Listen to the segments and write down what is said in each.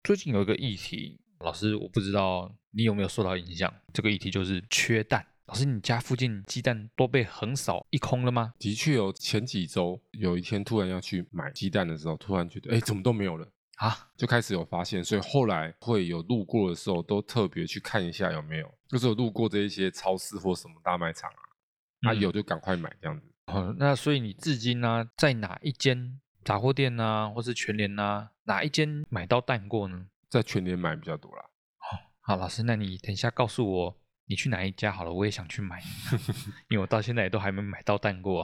最近有一个议题，老师我不知道你有没有受到影响，这个议题就是缺蛋。老师，你家附近鸡蛋都被横扫一空了吗？ 的确有前几周有一天突然要去买鸡蛋的时候，突然觉得怎么都没有了啊， 就开始有发现，所以后来会有路过的时候都特别去看一下有没有，就是有路过这一些超市或什么大卖场有就赶快买这样子。 那所以你至今呢，在哪一间杂货店啊，或是全联啊，哪一间买到蛋过呢？ 在全联买比较多啦。 好，老师，那你等一下告诉我你去哪一家好了，我也想去买，因为我到现在也都还没买到蛋过。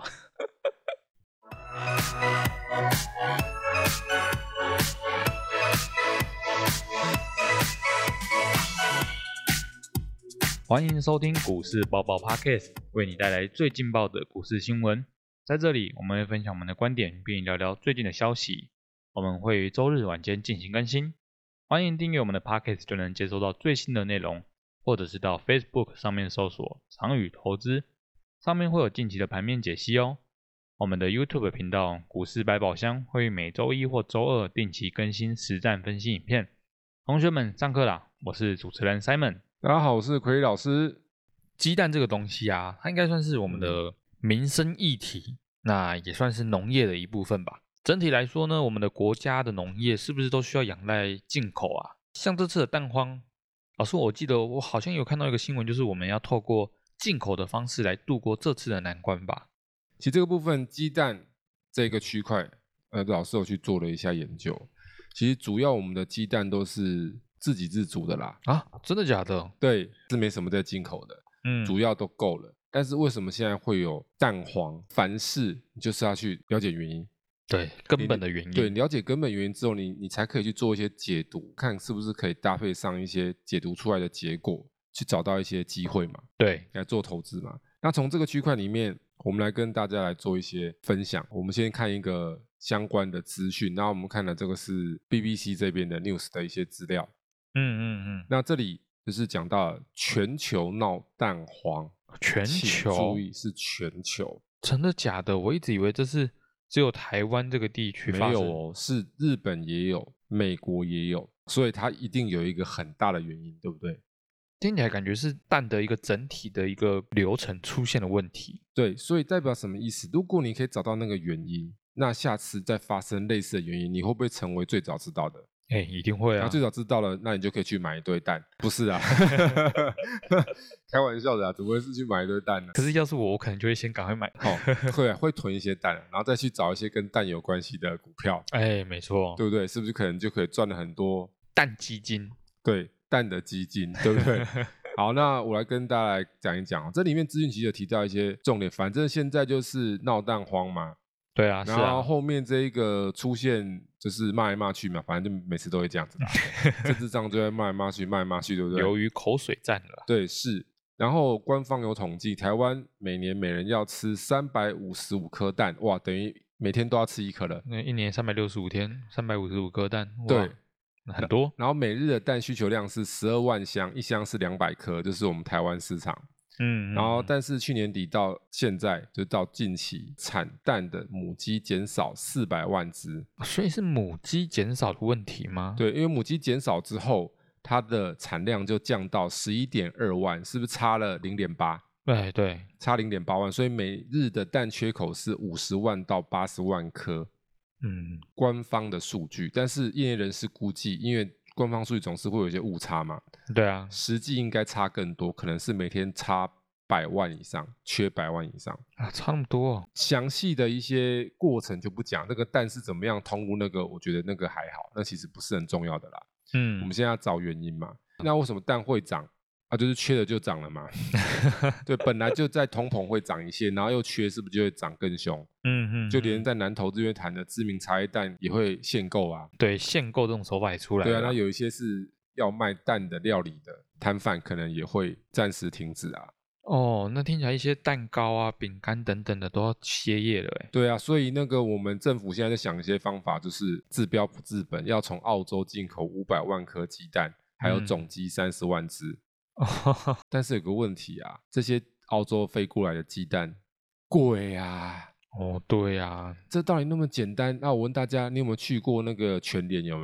欢迎收听股市爆爆 Podcast， 为你带来最劲爆的股市新闻。在这里，我们会分享我们的观点，并聊聊最近的消息。我们会于周日晚间进行更新。欢迎订阅我们的 Podcast， 就能接收到最新的内容，或者是到 Facebook 上面搜索“长宇投资”，上面会有近期的盘面解析哦。我们的 YouTube 频道股市百宝箱会于每周一或周二定期更新实战分析影片。同学们，上课啦！我是主持人 Simon。 大家好，我是奎老师。 鸡蛋这个东西啊，它应该算是我们的民生议题，那也算是农业的一部分吧。整体来说呢，我们的国家的农业是不是都需要仰赖进口啊？像这次的蛋荒，老师，我记得我好像有看到一个新闻，就是我们要透过进口的方式来度过这次的难关吧。 其实这个部分鸡蛋这个区块，老师有去做了一下研究。其实主要我们的鸡蛋都是自给自足的啦。 啊，真的假的？ 对，是没什么在进口的，主要都够了。但是为什么现在会有蛋黄？凡事你就是要去了解原因， 对，根本的原因。 对，了解根本原因之后，你才可以去做一些解读，看是不是可以搭配上一些解读出来的结果，去找到一些机会嘛， 对， 来做投资嘛。那从这个区块里面，我们来跟大家来做一些分享。我们先看一个相关的资讯，然后我们看的这个是 BBC 这边的 news 的一些资料。那这里就是讲到全球闹蛋荒， 全球， 注意是全球， 真的假的？我一直以为这是只有台湾这个地区发生， 没有哦，是日本也有，美国也有，所以它一定有一个很大的原因，对不对？ 听起来感觉是蛋的一个整体的一个流程出现了问题。 对，所以代表什么意思？如果你可以找到那个原因，那下次再发生类似的原因，你会不会成为最早知道的？ 一定会啊！ 然后最早知道了，那你就可以去买一堆蛋。不是啊，开玩笑的啊，怎么会是去买一堆蛋呢？ 可是要是我可能就会先赶快买。 会囤一些蛋，然后再去找一些跟蛋有关系的股票。 没错， 对不对？是不是可能就可以赚了很多蛋基金？ 对，蛋的基金，对不对？好，那我来跟大家来讲一讲，这里面资讯其实有提到一些重点，反正现在就是闹蛋荒嘛。 对啊，是啊。 然后后面这一个出现就是骂来骂去嘛，反正就每次都会这样子啦。政治上就会骂来骂去，骂来骂去，对不对？ 由于口水战了。 对，是。然后官方有统计，台湾每年每人要吃355颗蛋，哇，等于每天都要吃1颗了。 那一年365天，355颗蛋， 对， 很多。 然后每日的蛋需求量是12万箱，一箱是200颗，这是我们台湾市场。然后但是去年底到现在，就到近期，产蛋的母鸡减少400万只， 所以是母鸡减少的问题吗？ 对，因为母鸡减少之后，它的产量就降到11.2万，是不是差了0.8？ 对， 差0.8万，所以每日的蛋缺口是50万到80万颗。官方的数据，但是业内人士估计，因为官方数据总是会有一些误差嘛， 对啊， 实际应该差更多，可能是每天差100万以上，缺100万以上啊，差那么多哦。 详细的一些过程就不讲，那个蛋是怎么样通过那个，我觉得那个还好，那其实不是很重要的啦。我们现在要找原因嘛，那为什么蛋会涨？就是缺了就涨了嘛。对，本来就在通膨会涨一些，然后又缺，是不是就会涨更凶？就连在南投日月潭的知名茶叶蛋也会限购啊。 对，限购这种手法也出来了。 对啊，那有一些是要卖蛋的料理的摊贩，可能也会暂时停止啊。 那听起来一些蛋糕啊、饼干等等的都要歇业了哎。 对啊，所以那个我们政府现在在想一些方法，就是治标不治本，要从澳洲进口500万颗鸡蛋，还有种鸡30万只。但是有个问题啊，这些澳洲飞过来的鸡蛋贵啊。 对啊， 这道理那么简单，那我问大家，你有没有去过那个全联？有没有？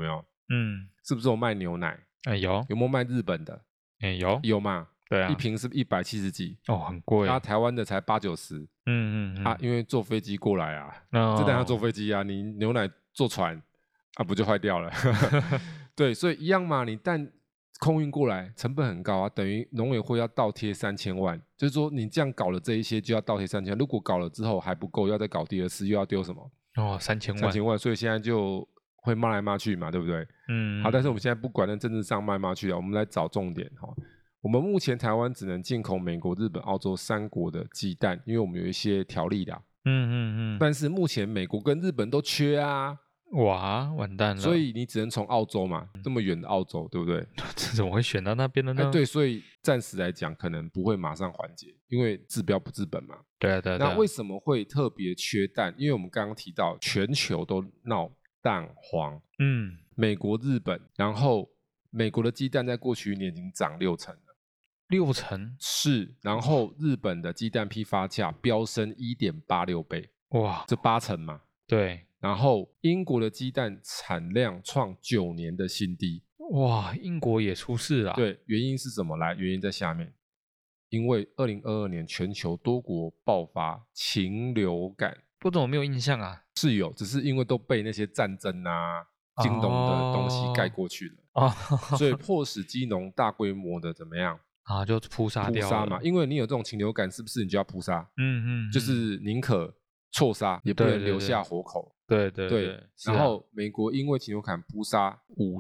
是不是有卖牛奶？有没有卖日本的？有嘛？ 对啊， 一瓶是170几很贵。 台湾的才80-90。因为坐飞机过来啊，这当然要坐飞机啊，你牛奶坐船不就坏掉了？对，所以一样嘛，你蛋空运过来成本很高啊，等于农委会要倒贴3000万，就是说你这样搞了这一些就要倒贴3000万，如果搞了之后还不够，要再搞第二次，又要丢什么？3000万，所以现在就会骂来骂去嘛，对不对？好，但是我们现在不管那政治上骂来骂去啊，我们来找重点哈。我们目前台湾只能进口美国、日本、澳洲3国的鸡蛋，因为我们有一些条例啦。但是目前美国跟日本都缺啊。 哇，完蛋了！ 所以你只能从澳洲嘛，这么远的澳洲，对不对？ 这怎么会选到那边的呢？ 对，所以暂时来讲，可能不会马上缓解，因为治标不治本嘛。 对啊。 那为什么会特别缺蛋？因为我们刚刚提到，全球都闹蛋荒。美国、日本，然后美国的鸡蛋在过去1年已经涨60%了。 60%？ 是，然后日本的鸡蛋批发价飙升1.86倍。 哇， 这80%嘛。 对。 然后英国的鸡蛋产量创9年的新低。 哇，英国也出事了。 对，原因是什么？来，原因在下面。因为2022年全球多国爆发禽流感。 我怎么没有印象啊？ 是有，只是因为都被那些战争啊、金融的东西盖过去了。所以迫使鸡农大规模的怎么样？ 就扑杀掉了。 嘛，因为你有这种禽流感，是不是你就要扑杀？就是宁可错杀，也不能留下活口。对。然后美国因为禽流感扑杀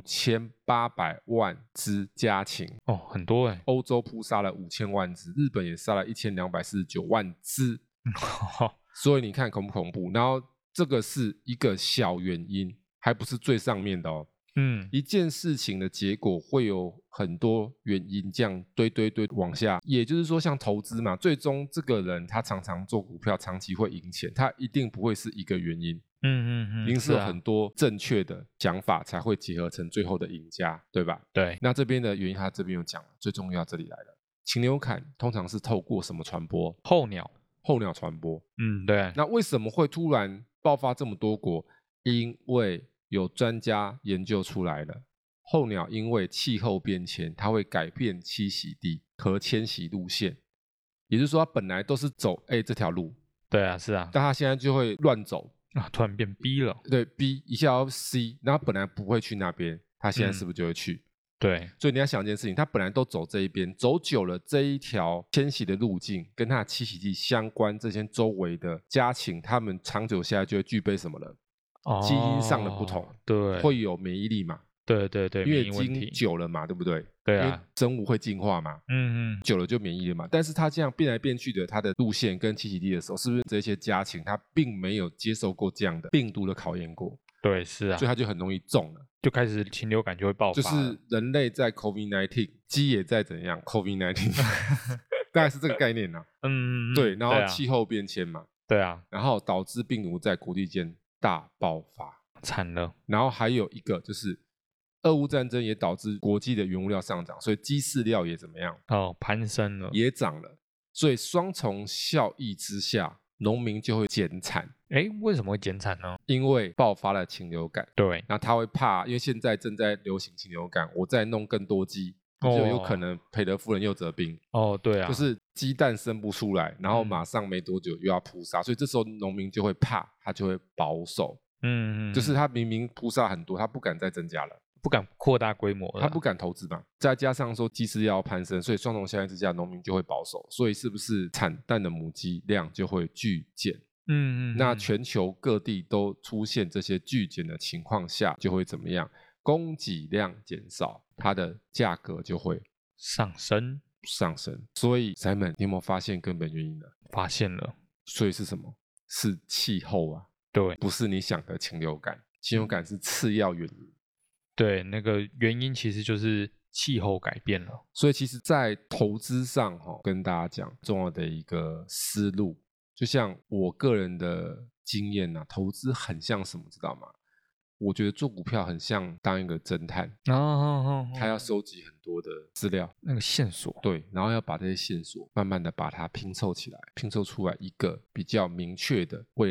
5800万只家禽。 很多欸。 欧洲扑杀了5000万只，日本也杀了1249万只。所以你看恐不恐怖？然后这个是一个小原因，还不是最上面的哦。一件事情的结果会有很多原因，这样堆往下。也就是说，像投资嘛，最终这个人他常常做股票，长期会赢钱，他一定不会是一个原因。一定是有很多正确的想法才会结合成最后的赢家，对吧？ 对。 那这边的原因他这边有讲了，最重要这里来了。禽流感通常是透过什么传播？候鸟传播。 对。 那为什么会突然爆发这么多国？因为有专家研究出来了，候鸟因为气候变迁，它会改变栖息地和迁徙路线，也就是说它本来都是走 A 这条路。 对啊，是啊。 但它现在就会乱走。 突然变 B 了。 对， B 一下要 C， 然后本来不会去那边，他现在是不是就会去？ 对。 所以你要想一件事情，他本来都走这一边，走久了这一条迁徙的路径跟它的栖息地相关，这些周围的家禽，它们长久下来就会具备什么了？基因上的不同。 对。 会有免疫力嘛？ 对， 因为已经久了嘛，对不对？ 对啊。 因为生物会进化嘛。久了就免疫了嘛。但是它这样变来变去的，它的路线跟栖息地的时候，是不是这些家禽它并没有接受过这样的病毒的考验过？ 对，是啊。 所以它就很容易中了， 就开始禽流感就会爆发。 就是人类在 COVID-19， 鸡也在怎样 COVID-19， 大概是这个概念啊。对，然后气候变迁嘛。 对啊。 然后导致病毒在国际间大爆发， 惨了。 然后还有一个就是俄乌战争也导致国际的原物料上涨，所以鸡饲料也怎么样？ 攀升了， 也涨了。所以双重效益之下，农民就会减产。 为什么会减产呢？ 因为爆发了禽流感。 对。 那他会怕，因为现在正在流行禽流感，我再弄更多鸡，就有可能赔得夫人又折兵。 对啊。 就是鸡蛋生不出来，然后马上没多久又要扑杀，所以这时候农民就会怕，他就会保守。就是他明明扑杀很多，他不敢再增加了， 不敢扩大规模了， 他不敢投资嘛。再加上说鸡饲料攀升，所以双重效应之下，农民就会保守，所以是不是产蛋的母鸡量就会剧减？那全球各地都出现这些剧减的情况下，就会怎么样？供给量减少，它的价格就会上升。 所以 Simon， 你有没有发现根本原因呢？ 发现了。 所以是什么？是气候啊。 对， 不是你想的禽流感，禽流感是次要原因。 对，那个原因其实就是气候改变了。 所以其实在投资上跟大家讲重要的一个思路，就像我个人的经验啊，投资很像什么知道吗？我觉得做股票很像当一个侦探。他要收集很多的资料， 那个线索。 对，然后要把这些线索慢慢的把它拼凑起来，拼凑出来一个比较明确的未来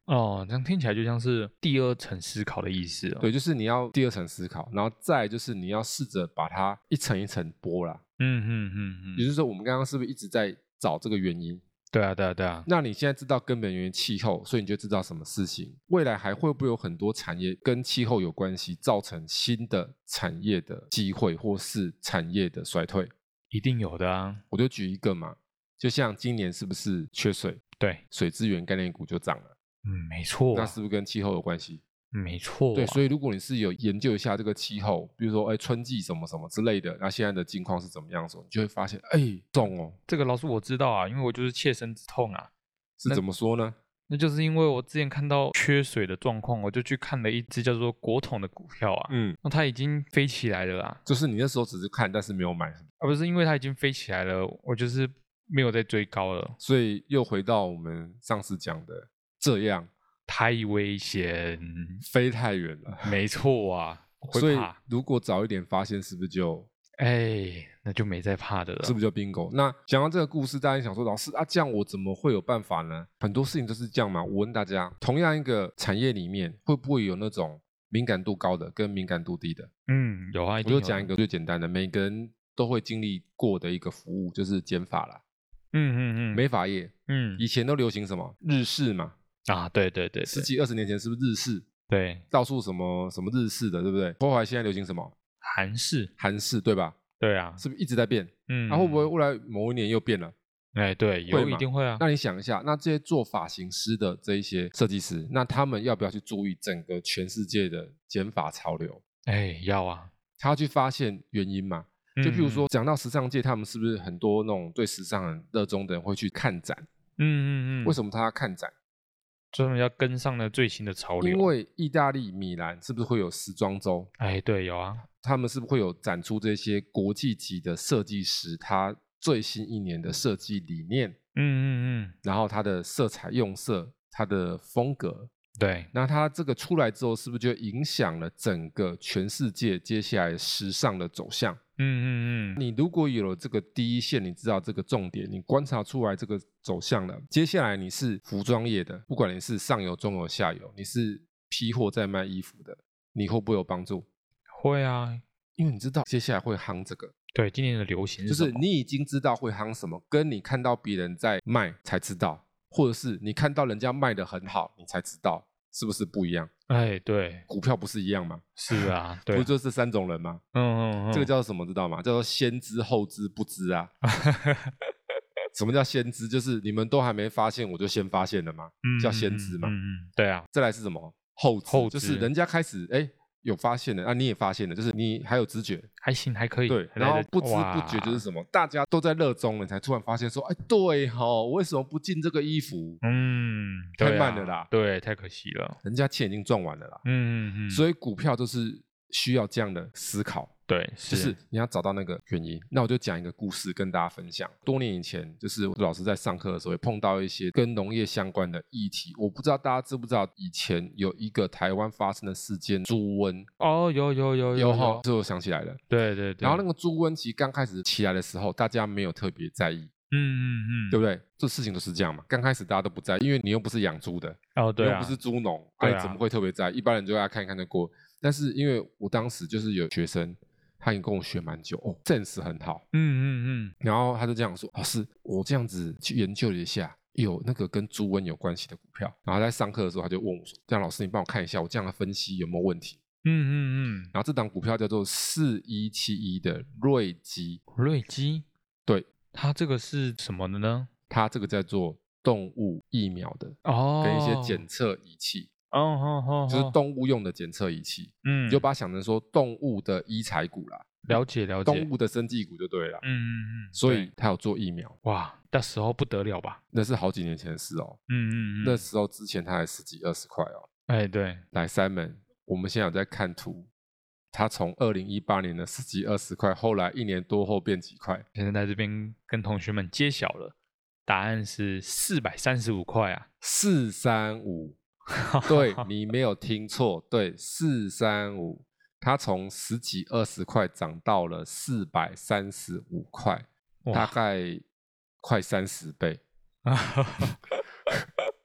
哦，这样听起来就像是第二层思考的意思哦。 对，就是你要第二层思考，然后再就是你要试着把它一层一层剥啦。也就是说，我们刚刚是不是一直在找这个原因？ 对啊，对啊，对啊。 那你现在知道根本原因气候，所以你就知道什么事情，未来还会不会有很多产业跟气候有关系，造成新的产业的机会，或是产业的衰退？ 一定有的啊。 我就举一个嘛，就像今年是不是缺水？ 对， 水资源概念股就涨了。 没错。 那是不是跟气候有关系？ 没错。 对，所以如果你是有研究一下这个气候，比如说春季什么什么之类的，那现在的境况是怎么样的时候，你就会发现重哦。 这个老师我知道啊，因为我就是切身之痛啊。 是怎么说呢？ 那就是因为我之前看到缺水的状况，我就去看了一只叫做国统的股票啊。那它已经飞起来了啦。 就是你那时候只是看，但是没有买。 不是，因为它已经飞起来了，我就是没有再追高了。 所以又回到我们上次讲的，这样太危险， 飞太远了。 没错啊， 所以如果早一点发现，是不是就那就没再怕的了， 是不是就 bingo？ 那讲到这个故事，大家想说，老师啊，这样我怎么会有办法呢？很多事情都是这样嘛。我问大家，同样一个产业里面，会不会有那种敏感度高的跟敏感度低的？ 有啊， 我就讲一个最简单的，每个人都会经历过的一个服务，就是剪发啦。美发业，以前都流行什么日式嘛？ 啊，对对对 ，10几20年前是不是日式？ 对， 到处什么什么日式的，对不对？后来现在流行什么？韩式，对吧？ 对啊， 是不是一直在变？那会不会未来某一年又变了？ 对，一定会啊。 那你想一下，那这些做发型师的这一些设计师，那他们要不要去注意整个全世界的剪发潮流？ 要啊， 他要去发现原因嘛。就譬如说，讲到时尚界，他们是不是很多那种对时尚很热衷的人会去看展？为什么他要看展？ 专门要跟上了最新的潮流。 因为意大利米兰是不是会有时装周？ 对，有啊。 他们是不是会有展出这些国际级的设计师他最新一年的设计理念？然后他的色彩用色，他的风格。 对， 那他这个出来之后，是不是就影响了整个全世界接下来时尚的走向？你如果有了这个第一线，你知道这个重点，你观察出来这个走向了，接下来你是服装业的，不管你是上游、中游、下游，你是批货在卖衣服的，你会不会有帮助？ 会啊， 因为你知道接下来会夯这个。 对，今年的流行就是你已经知道会夯什么，跟你看到别人在卖才知道，或者是你看到人家卖的很好，你才知道，是不是不一样？ 对， 股票不是一样吗？ 是啊，对， 不就这3种人吗？这个叫做什么知道吗？叫做先知后知不知啊。什么叫先知？就是你们都还没发现，我就先发现了嘛，叫先知嘛。 对啊。 再来是什么？后知，就是人家开始有发现了，你也发现了，就是你还有知觉， 还行，还可以。 对，然后不知不觉就是什么，大家都在热衷了，你才突然发现说，对我为什么不进这个衣服？太慢了啦， 对，太可惜了， 人家钱已经赚完了啦。所以股票就是需要这样的思考。 对， 就是你要找到那个原因。那我就讲一个故事跟大家分享。多年以前，就是老师在上课的时候，也碰到一些跟农业相关的议题。我不知道大家知不知道，以前有一个台湾发生的事件——猪瘟。有哈，这我想起来了。 对。 然后那个猪瘟其实刚开始起来的时候，大家没有特别在意。对不对？这事情都是这样嘛。刚开始大家都不在意，因为你又不是养猪的， 对， 你又不是猪农，你怎么会特别在意？一般人就要看一看就过。但是因为我当时就是有学生。他已经跟我学蛮久，sense 很好。然后他就这样说：“老师，我这样子去研究了一下，有那个跟猪瘟有关系的股票。”然后在上课的时候，他就问我说：“这样老师，你帮我看一下，我这样的分析有没有问题？”然后这档股票叫做4171的瑞基。 瑞基， 对， 它这个是什么的呢？ 它这个叫做动物疫苗的跟一些检测仪器。就是动物用的检测仪器，你就把它想成说动物的医材股啦， 了解， 动物的生技股就对了，所以它有做疫苗， 哇，那时候不得了吧？ 那是好几年前的事哦，那时候之前它才10几20块哦， 对， 来Simon，我们现在有在看图，它从2018年的10几20块，后来1年多后变几块， 现在在这边跟同学们揭晓了，答案是435块啊 ，435。对，你没有听错，对，435，它从10几20块涨到了435块，大概快30倍。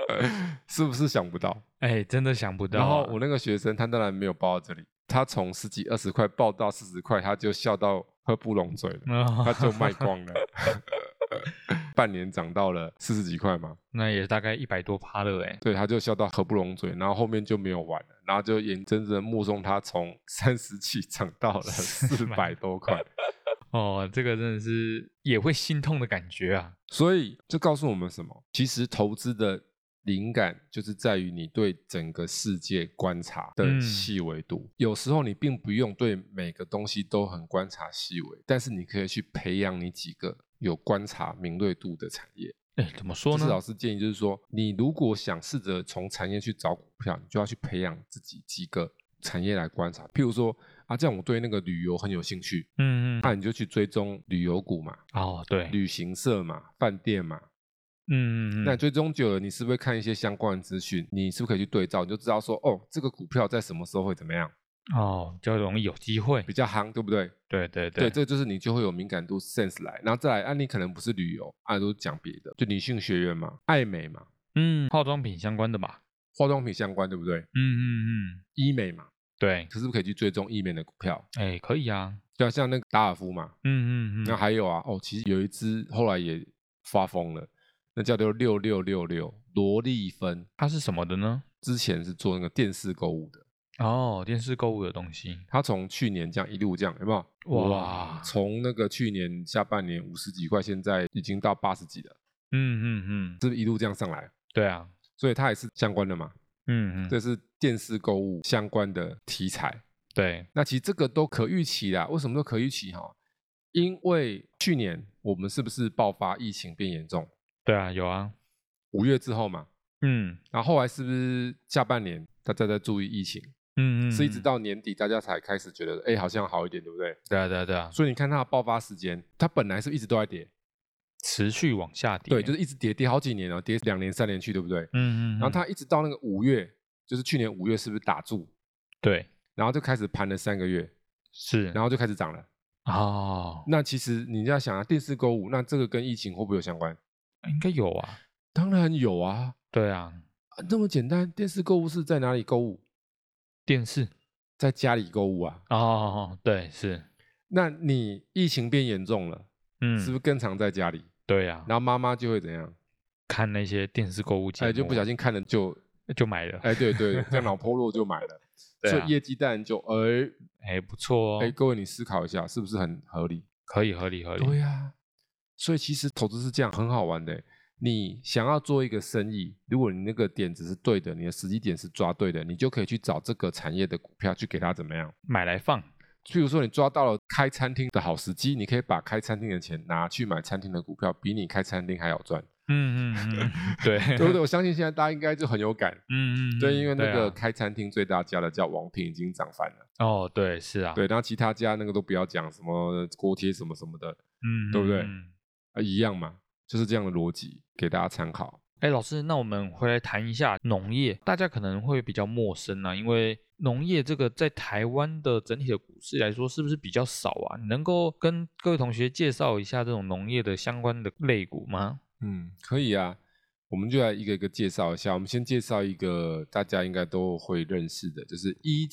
是不是想不到？ 真的想不到。 然后我那个学生他当然没有报到这里，他从10几20块报到40块，他就笑到合不拢嘴了，他就卖光了。半年涨到了40几块嘛， 那也大概100多%了对，他就笑到合不拢嘴，然后后面就没有玩了，然后就眼睁睁目送他从30几涨到了400多块。 这个真的是也会心痛的感觉啊。 所以这告诉我们什么？其实投资的灵感就是在于你对整个世界观察的细微度。有时候你并不用对每个东西都很观察细微，但是你可以去培养你几个有观察敏锐度的产业。 怎么说呢？ 就是老师建议就是说，你如果想试着从产业去找股票，你就要去培养自己几个产业来观察。譬如说这样我对那个旅游很有兴趣，那你就去追踪旅游股嘛， 对， 旅行社嘛，饭店嘛，那追踪久了，你是不是会看一些相关的资讯？你是不是可以去对照，你就知道说，这个股票在什么时候会怎么样？ 比较容易有机会， 比较夯，对不对？ 对， 这就是你就会有敏感度 sense 来，然后再来，你可能不是旅游，都讲别的，就女性学院嘛，爱美嘛， 化妆品相关的吧， 化妆品相关，对不对？医美嘛， 对， 可是不可以去追踪医美的股票？ 可以啊， 就像那个达尔夫嘛，那还有其实有一只后来也发疯了，那叫做6666罗丽芬， 它是什么的呢？ 之前是做那个电视购物的。 电视购物的东西， 它从去年这样一路这样，有没有？哇，从那个去年下半年50几块，现在已经到80几了。是不是一路这样上来？ 对啊， 所以它也是相关的嘛。这是电视购物相关的题材。 对， 那其实这个都可预期啦。为什么都可预期因为去年我们是不是爆发疫情变严重？ 对啊，有啊 ，5月之后嘛。然后后来是不是下半年大家在注意疫情？是一直到年底大家才开始觉得好像好一点，对不对？ 对啊， 所以你看它的爆发时间，它本来是一直都在跌， 持续往下跌， 对，就是一直跌好几年了，跌2年3年去，对不对？然后它一直到那个5月，就是去年5月是不是打住？ 对， 然后就开始盘了3个月， 是， 然后就开始涨了。那其实你要想电视购物，那这个跟疫情会不会有相关？ 应该有啊， 当然有啊。 对啊， 那么简单，电视购物是在哪里购物？ 电视在家里购物啊。 对，是。 那你疫情变严重了，是不是更常在家里？ 对啊， 然后妈妈就会怎样？ 看那些电视购物节目， 就不小心看了就买了。 对，这样脑波弱就买了。所以业绩当然就不错各位你思考一下，是不是很合理？ 可以合理。 对啊，所以其实投资是这样，很好玩的。你想要做一个生意，如果你那个点子是对的，你的时机点是抓对的，你就可以去找这个产业的股票去给它怎么样买来放。 譬如说你抓到了开餐厅的好时机，你可以把开餐厅的钱拿去买餐厅的股票，比你开餐厅还好赚。 对， 对不对？我相信现在大家应该就很有感。对，因为那个开餐厅最大家的叫王品已经涨翻了。 对，是啊。 对，然后其他家那个都不要讲，什么锅贴什么什么的，对不对？一样嘛，就是这样的逻辑，给大家参考。 老师，那我们回来谈一下农业，大家可能会比较陌生啊，因为农业这个在台湾的整体的股市来说，是不是比较少啊？你能够跟各位同学介绍一下这种农业的相关的类股吗？ 可以啊，我们就来一个一个介绍一下。我们先介绍一个大家应该都会认识的，就是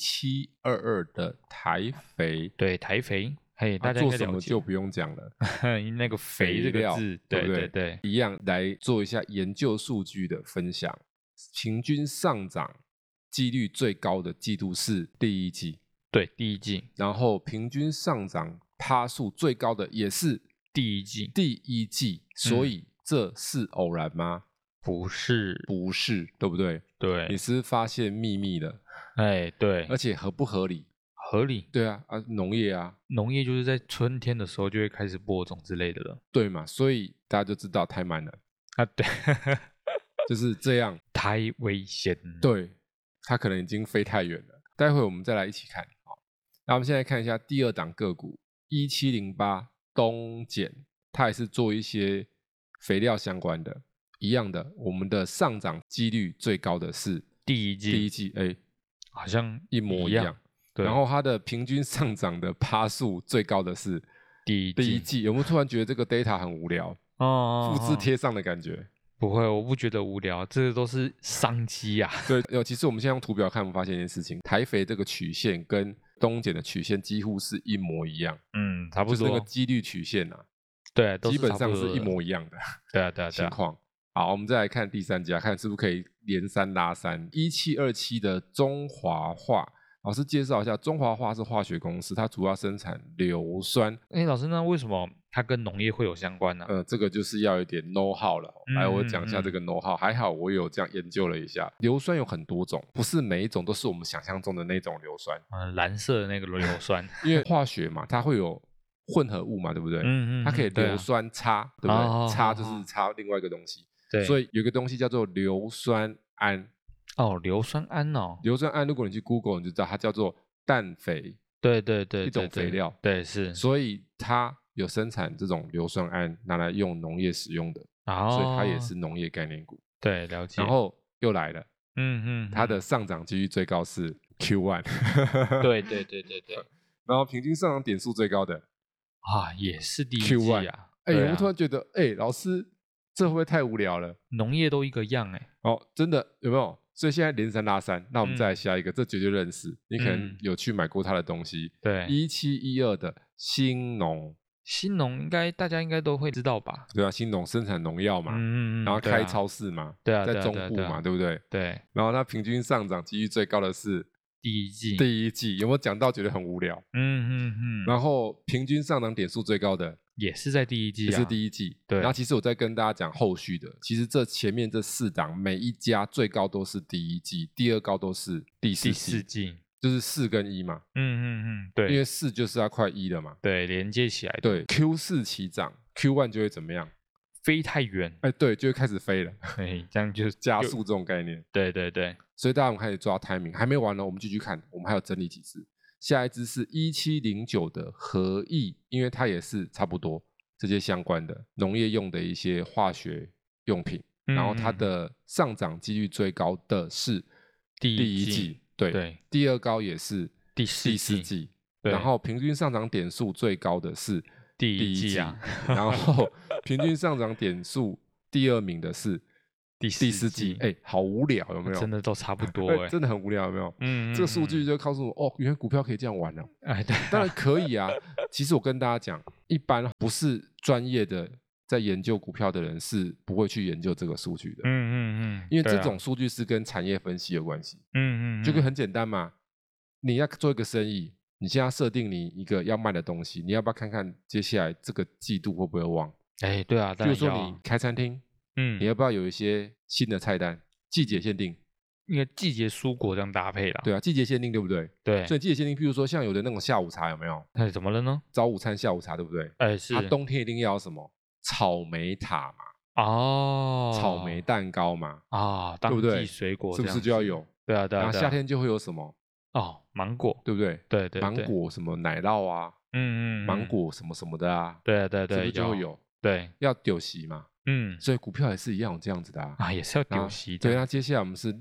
1722的台肥。 对，台肥。大家做什么就不用讲了， 那个肥这个字，对， 一样来做一下研究数据的分享。平均上涨几率最高的季度是第一季， 对，第一季。 然后平均上涨趴数最高的也是第一季， 所以这是偶然吗？ 不是， 对不对？ 对， 你是发现秘密了， 对， 而且合不合理？ 合理。 对啊，农业就是在春天的时候就会开始播种之类的了， 对嘛？所以大家就知道太慢了对， 就是这样， 太危险。 对，它可能已经飞太远了。待会我们再来一起看。那我们现在看一下第二档个股1708东碱，它也是做一些肥料相关的，一样的，我们的上涨几率最高的是第一季，好像一模一样。然后它的平均上涨的趴数最高的是第一季。有没有突然觉得这个 data 很无聊？复制贴上的感觉？ 不会，我不觉得无聊，这个都是商机啊。 对，其实我们现在用图表看，我们发现一件事情，台肥这个曲线跟东碱的曲线几乎是一模一样， 差不多， 就是那个几率曲线啊， 对，都基本上是一差不多的模一样的对啊，对啊，对啊。 情况。好，我们再来看第三家，看是不是可以连三拉三。1727的中华化，老师介绍一下，中华化是化学公司，它主要生产硫酸。 老师，那为什么它跟农业会有相关呢？ 这个就是要有点 know how 了。来，我讲一下这个 know how。还好我有这样研究了一下，硫酸有很多种，不是每一种都是我们想象中的那种硫酸。 蓝色的那个硫酸， 因为化学嘛，它会有混合物嘛，对不对？它可以硫酸叉，对不对？叉就是叉另外一个东西。对，所以有一个东西叫做硫酸铵。 硫酸铵哦。 硫酸铵，如果你去 Google， 你就知道它叫做氮肥。 对对对， 一种肥料。 对，是。 所以它有生产这种硫酸铵，拿来用农业使用的。所以它也是农业概念股。 对，了解。 然后又来了，它的上涨几率最高是 Q1。 对对对对对。 然后平均上涨点数最高的也是第一季啊。 我突然觉得，老师这会不会太无聊了？ 农业都一个样真的有没有？所以现在连三拉三，那我们再来下一个，这绝对认识，你可能有去买过他的东西。 对 ，1712的兴农。 兴农大家应该都会知道吧？ 对啊，兴农生产农药嘛，然后开超市嘛，在中部嘛，对不对？ 对。 然后它平均上涨几率最高的是第一季， 有没有讲到觉得很无聊？然后平均上涨点数最高的也是在第一季， 也是第一季。对。然后其实我在跟大家讲后续的，其实这前面这4档每一家最高都是第一季，第二高都是第四季。就是4跟1嘛。对，因为4就是要快1了嘛。 对，连接起来的。 对 ，Q4 起涨 ，Q1 就会怎么样？ 飞太远。 对，就会开始飞了。 这样就加速这种概念。 对对对。 所以大家我们开始抓 timing， 还没完呢，我们继续看，我们还有整理几只。下一只是1709的和益，因为它也是差不多这些相关的农业用的一些化学用品。然后它的上涨几率最高的是第一季。对，第二高也是第四季。然后平均上涨点数最高的是第一季啊。然后平均上涨点数第2名的是第四季。好无聊，有没有？ 真的都差不多。 真的很无聊，有没有？这个数据就告诉我，原来股票可以这样玩了。 对， 当然可以啊。其实我跟大家讲，一般不是专业的在研究股票的人是不会去研究这个数据的。因为这种数据是跟产业分析有关系。这个很简单嘛，你要做一个生意，你现在设定你一个要卖的东西，你要不要看看接下来这个季度会不会旺？ 对啊， 比如说你开餐厅，你要不要有一些新的菜单，季节限定？ 因为季节蔬果这样搭配啦。 对啊，季节限定，对不对？ 对。 所以季节限定，譬如说像有的那种下午茶，有没有？ 怎么了呢？ 早午餐、下午茶，对不对？ 是。 它冬天一定要什么？草莓塔嘛。草莓蛋糕嘛。对不对？ 当季水果是不是就要有？ 对啊，对啊。 然后夏天就会有什么？ 芒果， 对不对？ 对对。 芒果什么奶酪啊？芒果什么什么的啊？ 对啊，对啊， 是不是就会有？ 对， 要丢席嘛。所以股票也是一样有这样子的也是要丢席的。 对，那接下来我们是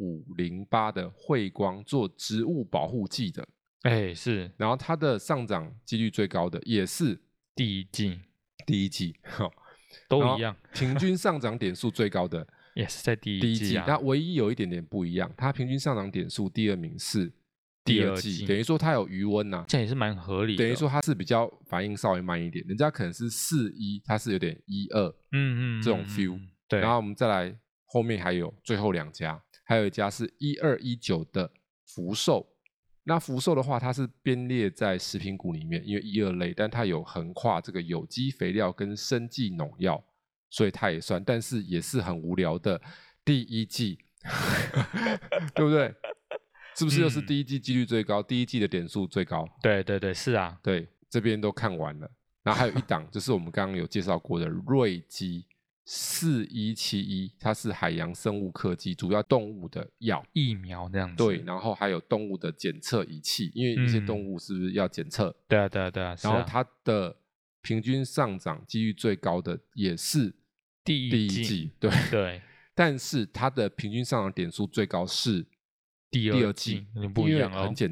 6508的汇光，做植物保护剂的。 是。 然后它的上涨几率最高的也是第一季， 都一样。 平均上涨点数最高的也是在第一季。 那唯一有一点点不一样，它平均上涨点数第2名是第二季，等于说它有余温啊， 这样也是蛮合理的。 等于说它是比较反应稍微慢一点，人家可能是4-1，它是有点1-2，这种 feel。 对。 然后我们再来后面还有最后2家，还有一家是1219的福寿。那福寿的话，它是编列在食品股里面，因为1、2类，但它有横跨这个有机肥料跟生技农药，所以它也算，但是也是很无聊的第一季，对不对？是不是又是第一季几率最高，第一季的点数最高？ 对对对，是啊。 对，这边都看完了。然后还有一档就是我们刚刚有介绍过的瑞基4171，它是海洋生物科技，主要动物的药疫苗这样子。 对，然后还有动物的检测仪器，因为一些动物是不是要检测？ 对啊对啊对啊。 然后它的平均上涨几率最高的也是第一季。对对。 但是它的平均上涨点数最高是第二季， 不一样很简单，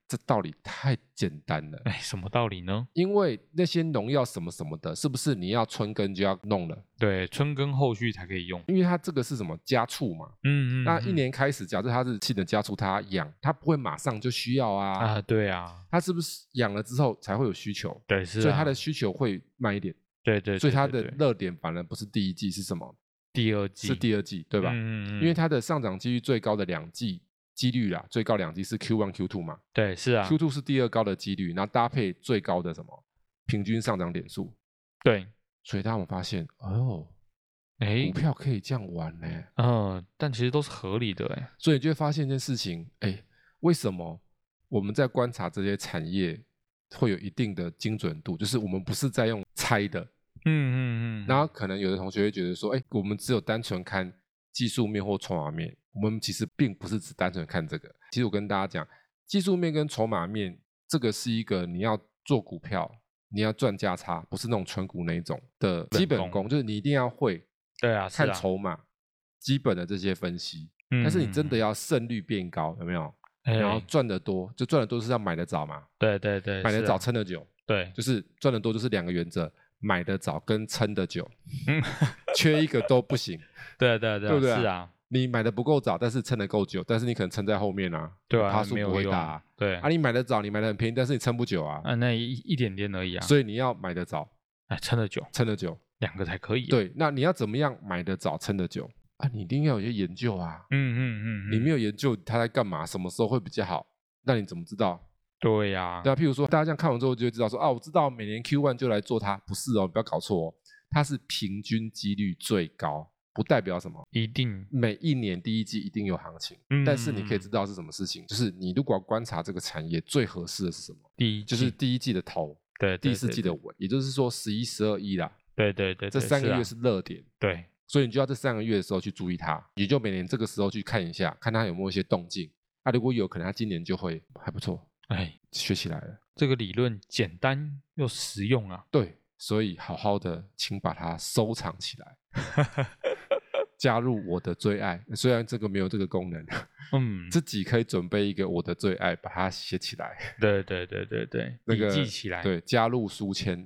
这道理太简单了。 什么道理呢？ 因为那些农药什么什么的，是不是你要春耕就要弄了？ 对，春耕后续才可以用。 因为它这个是什么家畜嘛，那一年开始，假设它是新的家畜，它养，它不会马上就需要啊。 对啊， 它是不是养了之后才会有需求？ 对，是所以它的需求会慢一点。 对， 所以它的热点反而不是第一季，是什么？ 第二季， 是第二季，对吧？因为它的上涨几率最高的2季几率啦，最高2季是 Q1、Q2 嘛？ 对，是啊。 Q2 是第二高的几率，然后搭配最高的什么平均上涨点数。 对， 所以大家有发现，股票可以这样玩呢。 但其实都是合理的所以你就会发现一件事情，为什么我们在观察这些产业会有一定的精准度？就是我们不是在用猜的。然后可能有的同学会觉得说，我们只有单纯看技术面或筹码面，我们其实并不是只单纯看这个。其实我跟大家讲，技术面跟筹码面，这个是一个你要做股票，你要赚价差，不是那种纯股那一种的基本功，就是你一定要会。 对啊， 看筹码，基本的这些分析。但是你真的要胜率变高，有没有？然后赚得多，就赚得多是要买得早嘛。 对， 买得早撑得久。 对， 就是赚得多就是2个原则。买得早跟撑得久，缺一个都不行。 对不对？ 是啊， 你买的不够早，但是撑得够久，但是你可能撑在后面啊， 对啊， 趴数不会大。 对你买得早，你买得很便宜，但是你撑不久啊。 那一点点而已啊。 所以你要买得早， 撑得久，2个才可以。 对，那你要怎么样买得早，撑得久你一定要有些研究啊。你没有研究它在干嘛，什么时候会比较好，那你怎么知道？ 对呀， 对啊，譬如说大家这样看完之后就会知道说我知道每年 Q1 就来做它，不是不要搞错它是平均几率最高，不代表什么一定每一年第一季一定有行情。但是你可以知道是什么事情，就是你如果要观察这个产业最合适的是什么，就是第一季的头， 对， 第4季的尾，也就是说11、12、1啦。 对， 这3个月是热点。 对， 所以你就要这3个月的时候去注意它，也就每年这个时候去看一下，看它有没有一些动静。如果有可能它今年就会还不错。学起来了。 这个理论简单又实用啊。 对，所以好好的请把它收藏起来。加入我的最爱，虽然这个没有这个功能，自己可以准备一个我的最爱，把它写起来。 对，笔记起来。 对，加入书签。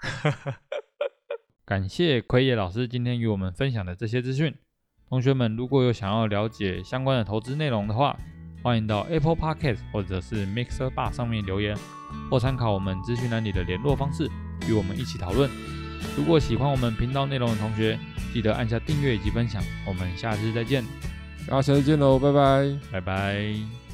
感谢奎野老师今天与我们分享的这些资讯。同学们如果有想要了解相关的投资内容的话，欢迎到 Apple Podcast 或者是 Mixer Bar 上面留言，或参考我们资讯栏里的联络方式，与我们一起讨论。如果喜欢我们频道内容的同学，记得按下订阅以及分享。我们下次再见。 下次见喽，拜拜。 拜拜。